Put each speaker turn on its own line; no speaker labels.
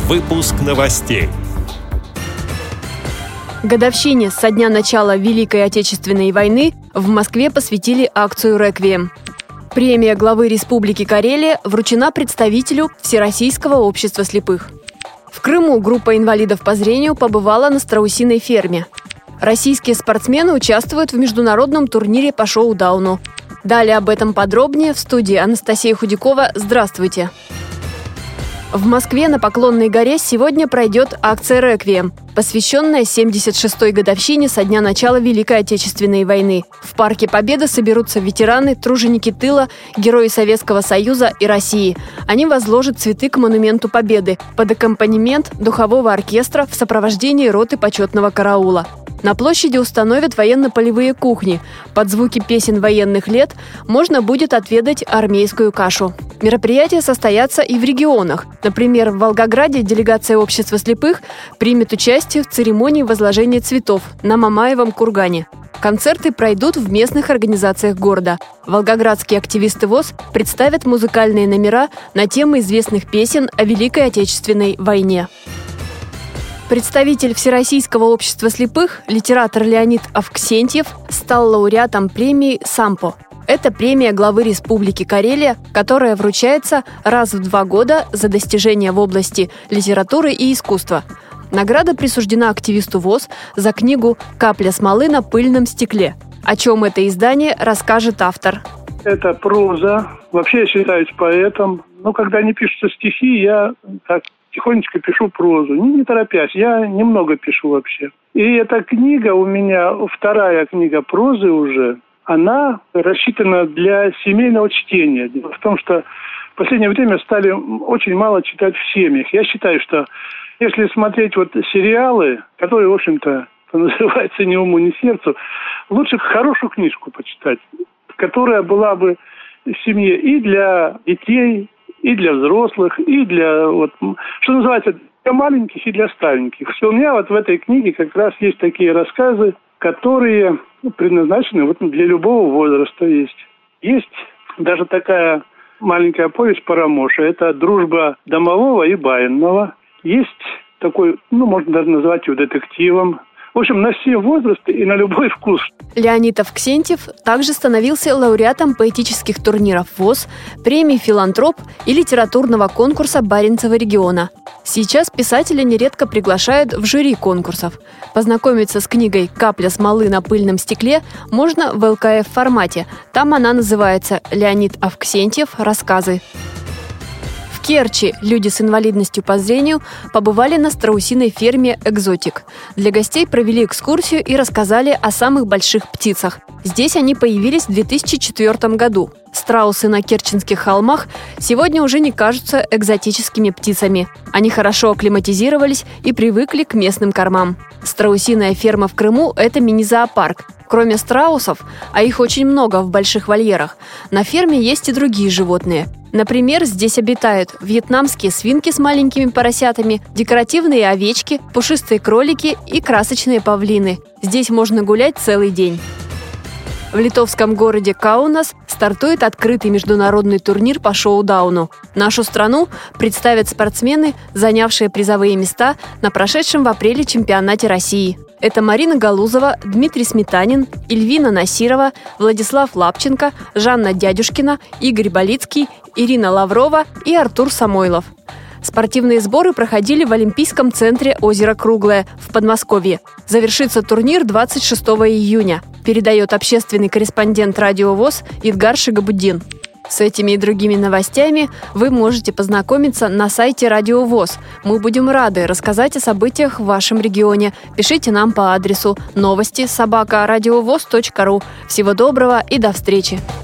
Выпуск новостей.
Годовщине со дня начала Великой Отечественной войны в Москве посвятили акцию «Реквием». Премия главы Республики Карелия вручена представителю Всероссийского общества слепых. В Крыму группа инвалидов по зрению побывала на страусиной ферме. Российские спортсмены участвуют в международном турнире по шоу-дауну. Далее об этом подробнее в студии Анастасия Худякова. Здравствуйте! В Москве на Поклонной горе сегодня пройдет акция «Реквием», посвященная 76-й годовщине со дня начала Великой Отечественной войны. В Парке Победы соберутся ветераны, труженики тыла, герои Советского Союза и России. Они возложат цветы к монументу Победы под аккомпанемент духового оркестра в сопровождении роты почетного караула. На площади установят военно-полевые кухни. Под звуки песен военных лет можно будет отведать армейскую кашу. Мероприятия состоятся и в регионах. Например, в Волгограде делегация общества слепых примет участие в церемонии возложения цветов на Мамаевом кургане. Концерты пройдут в местных организациях города. Волгоградские активисты ВОС представят музыкальные номера на темы известных песен о Великой Отечественной войне. Представитель Всероссийского общества слепых, литератор Леонид Авксентьев, стал лауреатом премии «Сампо». Это премия главы Республики Карелия, которая вручается раз в 2 года за достижения в области литературы и искусства. Награда присуждена активисту ВОС за книгу «Капля смолы на пыльном стекле». О чем это издание, расскажет автор.
Это проза. Вообще я считаюсь поэтом. Но когда не пишутся стихи, я так тихонечко пишу прозу. Не торопясь, я немного пишу вообще. И эта книга у меня, 2-я книга прозы уже, она рассчитана для семейного чтения. Дело в том, что в последнее время стали очень мало читать в семьях. Я считаю, что если смотреть сериалы, которые, в общем-то, называются «Ни уму, ни сердцу», лучше хорошую книжку почитать, которая была бы в семье и для детей, и для взрослых, и для, что называется, для маленьких и для стареньких. У меня в этой книге как раз есть такие рассказы, которые предназначены для любого возраста есть. Есть даже такая маленькая повесть Парамоша. Это «Дружба домового и баинного». Есть такой, можно даже назвать его детективом. В общем, на все возрасты и на любой вкус.
Леонид Авксентьев также становился лауреатом поэтических турниров ВОС, премии «Филантроп» и литературного конкурса Баренцева региона. Сейчас писателя нередко приглашают в жюри конкурсов. Познакомиться с книгой «Капля смолы на пыльном стекле» можно в ЛКФ-формате. Там она называется «Леонид Авксентьев. Рассказы». В Керчи люди с инвалидностью по зрению побывали на страусиной ферме «Экзотик». Для гостей провели экскурсию и рассказали о самых больших птицах. Здесь они появились в 2004 году. Страусы на Керченских холмах сегодня уже не кажутся экзотическими птицами. Они хорошо акклиматизировались и привыкли к местным кормам. Страусиная ферма в Крыму – это мини-зоопарк. Кроме страусов, а их очень много в больших вольерах, на ферме есть и другие животные. Например, здесь обитают вьетнамские свинки с маленькими поросятами, декоративные овечки, пушистые кролики и красочные павлины. Здесь можно гулять целый день. В литовском городе Каунас стартует открытый международный турнир по шоу-дауну. Нашу страну представят спортсмены, занявшие призовые места на прошедшем в апреле чемпионате России. Это Марина Галузова, Дмитрий Сметанин, Ильвина Насирова, Владислав Лапченко, Жанна Дядюшкина, Игорь Болицкий, Ирина Лаврова и Артур Самойлов. Спортивные сборы проходили в Олимпийском центре «Озеро Круглое» в Подмосковье. Завершится турнир 26 июня, передает общественный корреспондент Радио ВОС Идгар Шигабуддин. С этими и другими новостями вы можете познакомиться на сайте Радио ВОС. Мы будем рады рассказать о событиях в вашем регионе. Пишите нам по адресу новости@радиовос.ру. Всего доброго и до встречи!